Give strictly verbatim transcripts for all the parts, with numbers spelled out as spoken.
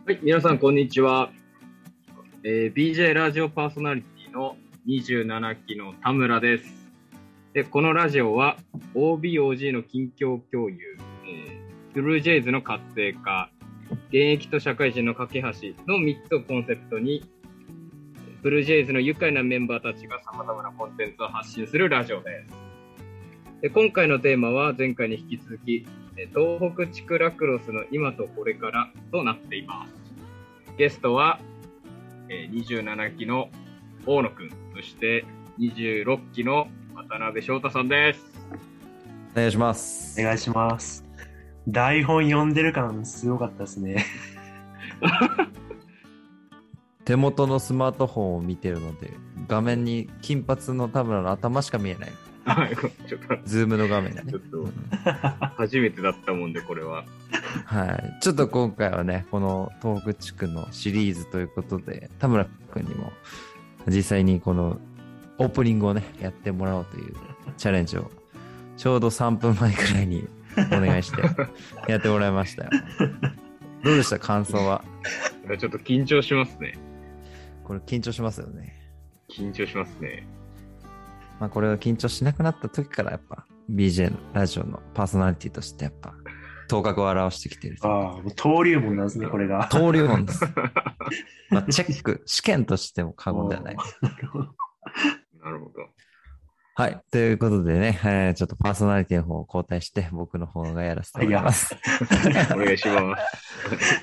はい、皆さんこんにちは、えー、ビージェー ラジオパーソナリティのにじゅうななきの田村です。で、このラジオは オービーオージー の近況共有、えー、ブルージェイズの活性化、現役と社会人の架け橋のみっつをコンセプトに、ブルージェイズの愉快なメンバーたちが様々なコンテンツを発信するラジオです。で、今回のテーマは前回に引き続き、東北地区ラクロスの今とこれからとなっています。ゲストはにじゅうななきの大野くん、そしてにじゅうろっきの渡辺翔太さんです。 お願いします。 お願いします。台本読んでる感すごかったですね。 手元のスマートフォンを見てるので、画面に金髪の田村の頭しか見えない。 ちょっとズームの画面がね。 ちょっと初めてだったもんで、これは。 はい。ちょっと今回はね、この東北地区のシリーズということで、田村くんにも実際にこのオープニングをね、やってもらおうというチャレンジを、ちょうどさんぷんまえくらいにお願いしてやってもらいましたよ。どうでした感想は？ ちょっと緊張しますね。 これ緊張しますよね。 緊張しますね。 まあこれが緊張しなくなった時からやっぱ ビージェー ラジオのパーソナリティとしてやっぱ頭角を現してきている。 ああ、もう登竜門なんですね、これが。 登竜門です。まあチェック、試験としても過言ではない。 なるほど。 なるほど。 はい。ということでね、えー、ちょっとパーソナリティの方を交代して僕の方がやらせてもらいます。 お願いします。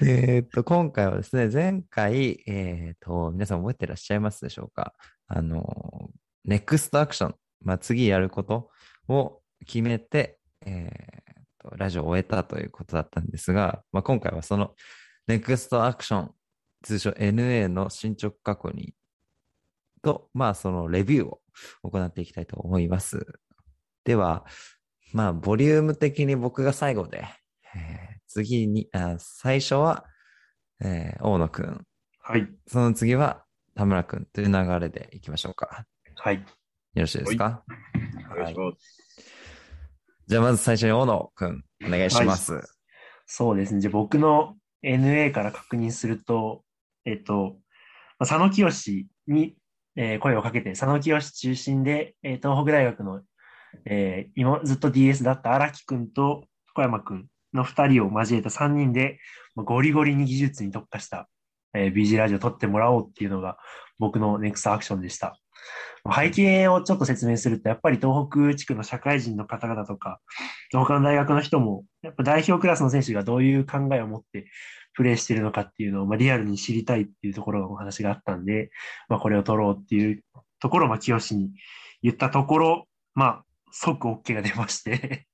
えっと、今回はですね、前回、えっと、皆さん覚えてらっしゃいますでしょうか？あの、ネクストアクション、まあ、次やることを決めて、えーと、ラジオを終えたということだったんですが、まあ、今回はそのネクストアクション、通称 エヌエー の進捗確認と、まあ、そのレビューを行っていきたいと思います。では、まあ、ボリューム的に僕が最後で、えー、次に、あ最初は、えー、大野くん。 はい。 その次は田村くんという流れでいきましょうか。 はい。 よろしいですか？ お願いします。 じゃあまず最初に大野くん、お願いします。はい、 そうですね。じゃあ僕の エヌエー から確認すると、えっと、佐野清に、えー、声をかけて、佐野清中心で、えー、東北大学の、えー、今ずっと ディーエス だった荒木くんと小山くんのふたりを交えたさんにんで、ゴリゴリに技術に特化した、えー、ビージー ラジオを撮ってもらおうっていうのが僕のネクストアクションでした。背景をちょっと説明すると、やっぱり東北地区の社会人の方々とか、他の大学の人も、やっぱ代表クラスの選手がどういう考えを持ってプレーしているのかっていうのを、まあ、リアルに知りたいっていうところのお話があったんで、まあ、これを取ろうっていうところを、まあ、清に言ったところ、まあ、即 OK が出まして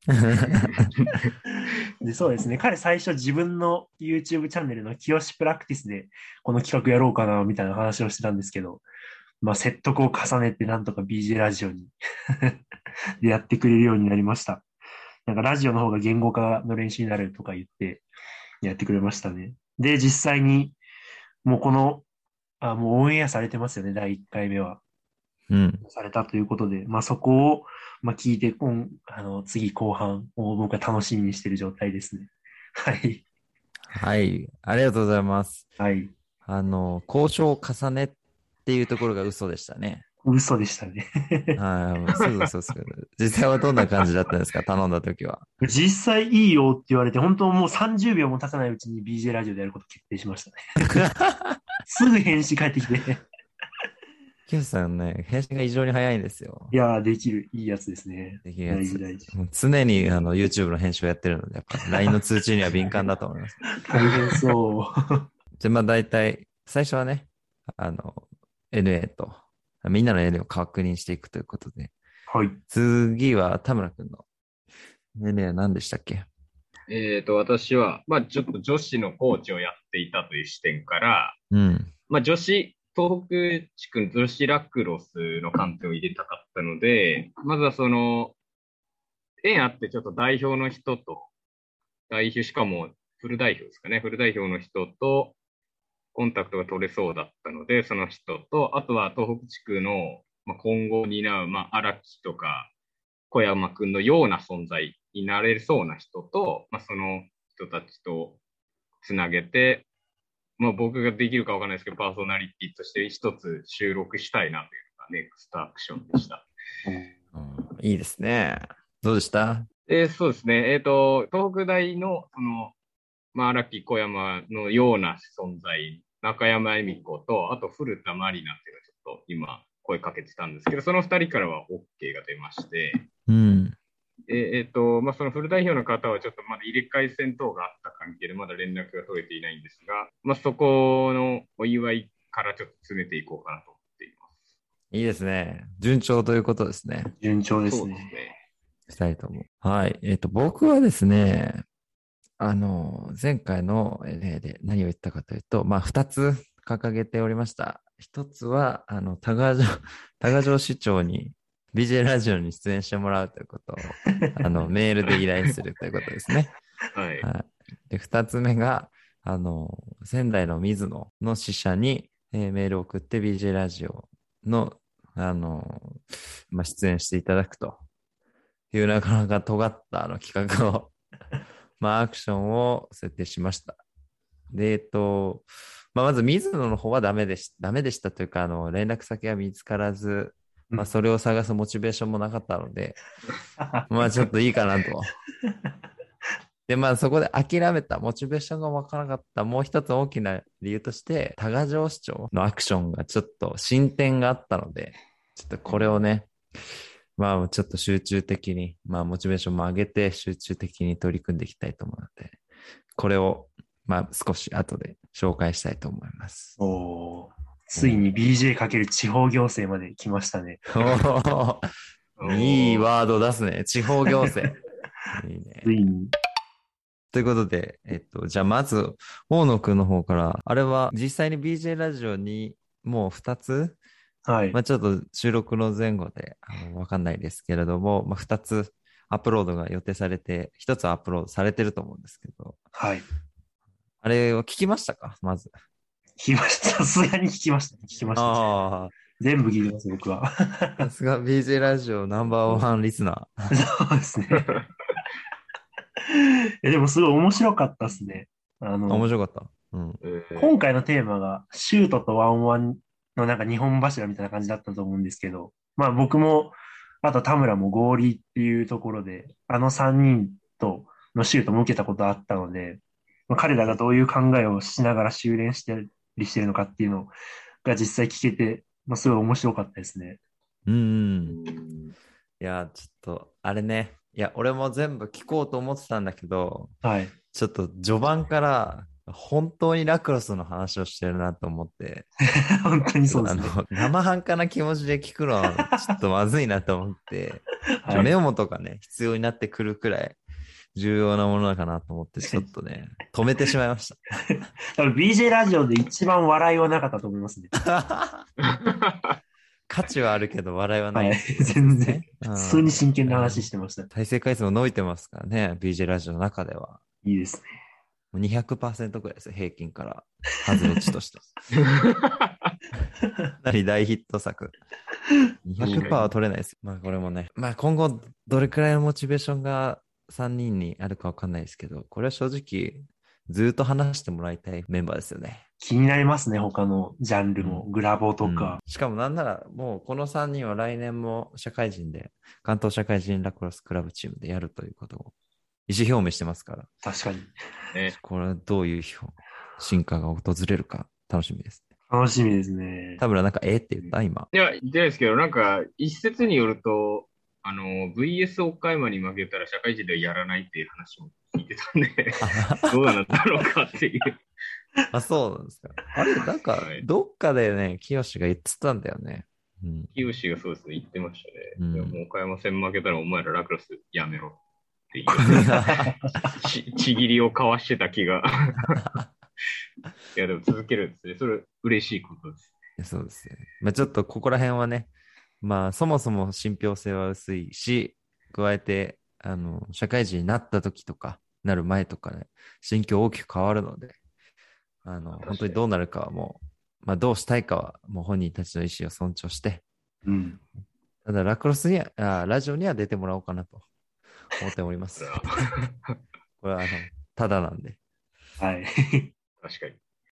で。そうですね。彼最初自分の YouTube チャンネルの清プラクティスでこの企画やろうかなみたいな話をしてたんですけど、まあ、説得を重ねてなんとか ビージェー ラジオにでやってくれるようになりました。なんかラジオの方が言語化の練習になるとか言ってやってくれましたね。で、実際にもうこの、あ、もうオンエアされてますよね、だいいっかいめは。 うん。 されたということで、まあそこを、まあ、聞いて、今、あの、次後半を僕は楽しみにしている状態ですね。はい。 はい。ありがとうございます。 はい。 あの、交渉を重ねっていうところが嘘でしたね。 嘘でしたね。 はい。そうそうそう。実際はどんな感じだったんですか？頼んだ時は。 実際いいよって言われて、本当もうさんじゅうびょうも経たないうちに ビージェー ラジオでやること決定しましたね。すぐ返信返ってきて。 キヨさんね、返信が異常に早いんですよ。 いやー、できる、いいやつですね。 できるやつ。 大事大事。 もう常にあの YouTube の編集をやってるので、やっぱ ライン の通知には敏感だと思います。 大変そう。 で、まあ大体、最初はね、あの、エヌエー と、みんなの エヌエー を確認していくということで、 はい。 次は田村くんの エヌエー は何でしたっけ？ えっと、私は、まあちょっと女子のコーチをやっていたという視点から、 うん。 まあ女子、東北地区の女子ラクロスの観点を入れたかったので、まずはその、縁あってちょっと代表の人と、代表、しかもフル代表ですかね、フル代表の人とコンタクトが取れそうだったので、その人と、あとは東北地区の、まあ、今後を担う、まあ、荒木とか小山くんのような存在になれそうな人と、まあ、その人たちとつなげて、 まあ僕ができるかわかんないですけど、パーソナリティとして一つ収録したいなというのがネクストアクションでした。 うん、いいですね。どうでした？ えー、そうですね。えっ、ー、と、東北大の、その、まあ、荒木小山のような存在、中山恵美子と、あと古田まりなっていうのをちょっと今声かけてたんですけど、その二人からは OK が出まして、 うん。 えっ、ー、と、まあ、そのフル代表の方はちょっとまだ入れ替え戦等があった関係でまだ連絡が取れていないんですが、まあ、そこのお祝いからちょっと詰めていこうかなと思っています。 いいですね。順調ということですね。 順調ですそうですね。 ね。 二人とも。はい。えっと、僕はですね、あの、前回の例で何を言ったかというと、まあ、二つ掲げておりました。一つは、あの、多賀城、多賀城市長に ビージェー ラジオに出演してもらうということを、あの、メールで依頼するということですね。 はい。 はい。で、二つ目が、あの、仙台の水野の支社に、えーメールを送って ビージェー ラジオの、あの、まあ、出演していただくというなかなか尖ったあの企画をまあ、アクションを設定しました。で、えっと、まあ、まず水野の方はダメでした。ダメでしたというか、あの、連絡先が見つからず、まあ、それを探すモチベーションもなかったので、まあ、ちょっといいかなと。で、まあ、そこで諦めた、モチベーションがわからなかったもう一つ大きな理由として、多賀城市長のアクションがちょっと進展があったので、ちょっとこれをね、まあ、ちょっと集中的に、まあ、モチベーションも上げて、集中的に取り組んでいきたいと思うので、これを、まあ、少し後で紹介したいと思います。 おー、ついに ビージェー かける地方行政まで来ましたね。 いいワード出すね。地方行政。いいね。 ついに。 ということで、えっと、じゃあまず、大野くんの方から、あれは実際に ビージェー ラジオにもうふたつ、 はい。 まあちょっと収録の前後であのわかんないですけれども、まあふたつアップロードが予定されて、ひとつアップロードされてると思うんですけど、 はい。 あれを聞きましたかまず。 聞きました。さすがに聞きました。聞きました。 あ全部聞いてます、僕は。 あ、さすが ビージェー ラジオナンバーワンリスナー。 そうですね。えでもすごい面白かったですね。あの、 面白かった。うん。 今回のテーマがシュートとワンワンのなんか二本柱みたいな感じだったと思うんですけど、まあ僕も、あと田村も合理っていうところで、あのさんにんとのシュートも受けたことあったので、まあ、彼らがどういう考えをしながら修練してりしてるのかっていうのが実際聞けて、まあ、すごい面白かったですね。 うん。 うんいや、ちょっと、あれね。いや、俺も全部聞こうと思ってたんだけど、 はい。 ちょっと序盤から本当にラクロスの話をしてるなと思って、 本当にそうですね。 あの、生半可な気持ちで聞くのはちょっとまずいなと思って、 はい。 メモとかね、必要になってくるくらい重要なものかなと思って、ちょっとね、止めてしまいまし多分 ビージェー ラジオで一番笑いはなかったと思いますね。 た。価値はあるけど笑いはなはいい。 っていうことです全ね。 然、 うん普通に真剣な話してました。 再生回数も伸びてますからね、ビージェー ラジオの中では。 いいですね。 もうにひゃくパーセントくらいですよ、平均から。外れ値として。かなり大ヒット作。にひゃくパーセントは取れないです。まあこれもね。まあ今後どれくらいのモチベーションがさんにんにあるかわかんないですけど、これは正直ずっと話してもらいたいメンバーですよね。 気になりますね、他のジャンルも。 うんグラボとうんか。 しかもなんならもうこのさんにんは来年も社会人で、関東社会人ラクロスクラブチームでやるということを意思表明してますから、 確かに。 ね、 これはどういう進化が訪れるか楽しみですね。 楽しみですね。 田村なんかええって言った今。 いや、言ってないですけど、なんか、一説によると、あの、ブイエス 岡山に負けたら社会人ではやらないっていう話も聞いてたんで、どうなんだろうかっていう。 あ、そうなんですか。あれ、なんかは、いどっかでね、清が言ってたんだよね。うん。 清志がそうですね、言ってましたね。 うんいやもう岡山戦負けたらお前らラクロスやめろっていうち、ちぎりを交わしてた気が。いや、でも続けるんですね。それ嬉しいことです。 そうですね。まあちょっとここら辺はね、まあそもそも信憑性は薄いし、加えて、あの、社会人になった時とか、なる前とかね、心境大きく変わるので、あの、本当にどうなるかはもう、まあどうしたいかはもう本人たちの意思を尊重して、 うん。 ただラクロスには、あラジオには出てもらおうかなと思っております。これはあの、ただなんで。 はい。 確かに。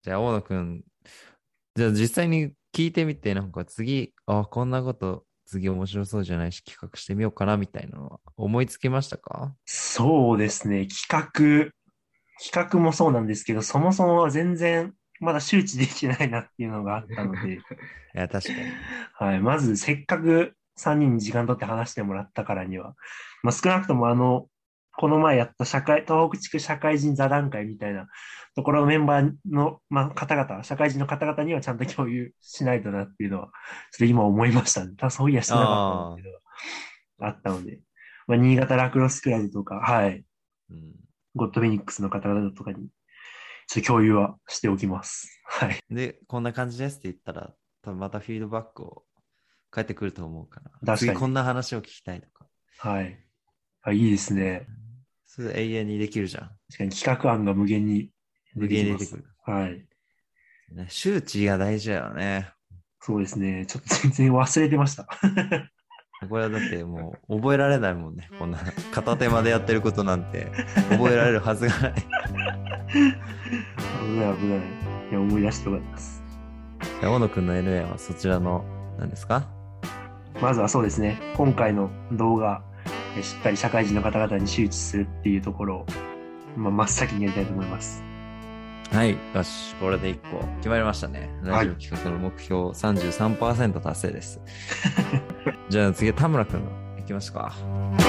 じゃあ、大野くん、じゃあ実際に聞いてみて、なんか次、あ、こんなこと次面白そうじゃないし、企画してみようかなみたいなのは思いつきましたか？ そうですね。企画、企画もそうなんですけど、そもそもは全然まだ周知できてないなっていうのがあったので、 いや、確かに。 はい。まずせっかくさんにんに時間取って話してもらったからには、まあ、少なくともあの、この前やった社会、東北地区社会人座談会みたいなところのメンバーの、まあ、方々、社会人の方々にはちゃんと共有しないとなっていうのは、それ今思いましたね。ただそういやしてなかったっていうのがあったので、まあ、新潟ラクロスクラブとか、はい、 うん、 ゴッドフェニックスの方々とかに、ちょっと共有はしておきます。はい。 で、こんな感じですって言ったら、多分またフィードバックを返ってくると思うから、 確かに次こんな話を聞きたいとか。 はい。あ、いいですね。 それ永遠にできるじゃん。 確かに企画案が無限に無限に出てくる。 はい。 ね、周知が大事だよね。 そうですね。ちょっと全然忘れてました。 これはだってもう覚えられないもんね。こんな片手間でやってることなんて覚えられるはずがない。 危ない危ない。いや、思い出してよかったです。 じゃあ大野くんの エヌエー はそちらの何ですか？ まずはそうですね。今回の動画、えしっかり社会人の方々に周知するっていうところを、まあ、真っ先にやりたいと思います。 はい。よし。これでいっこ決まりましたね。ラジオ企画の目標 さんじゅうさんパーセント 達成です。じゃあ次、田村くんのいきますか。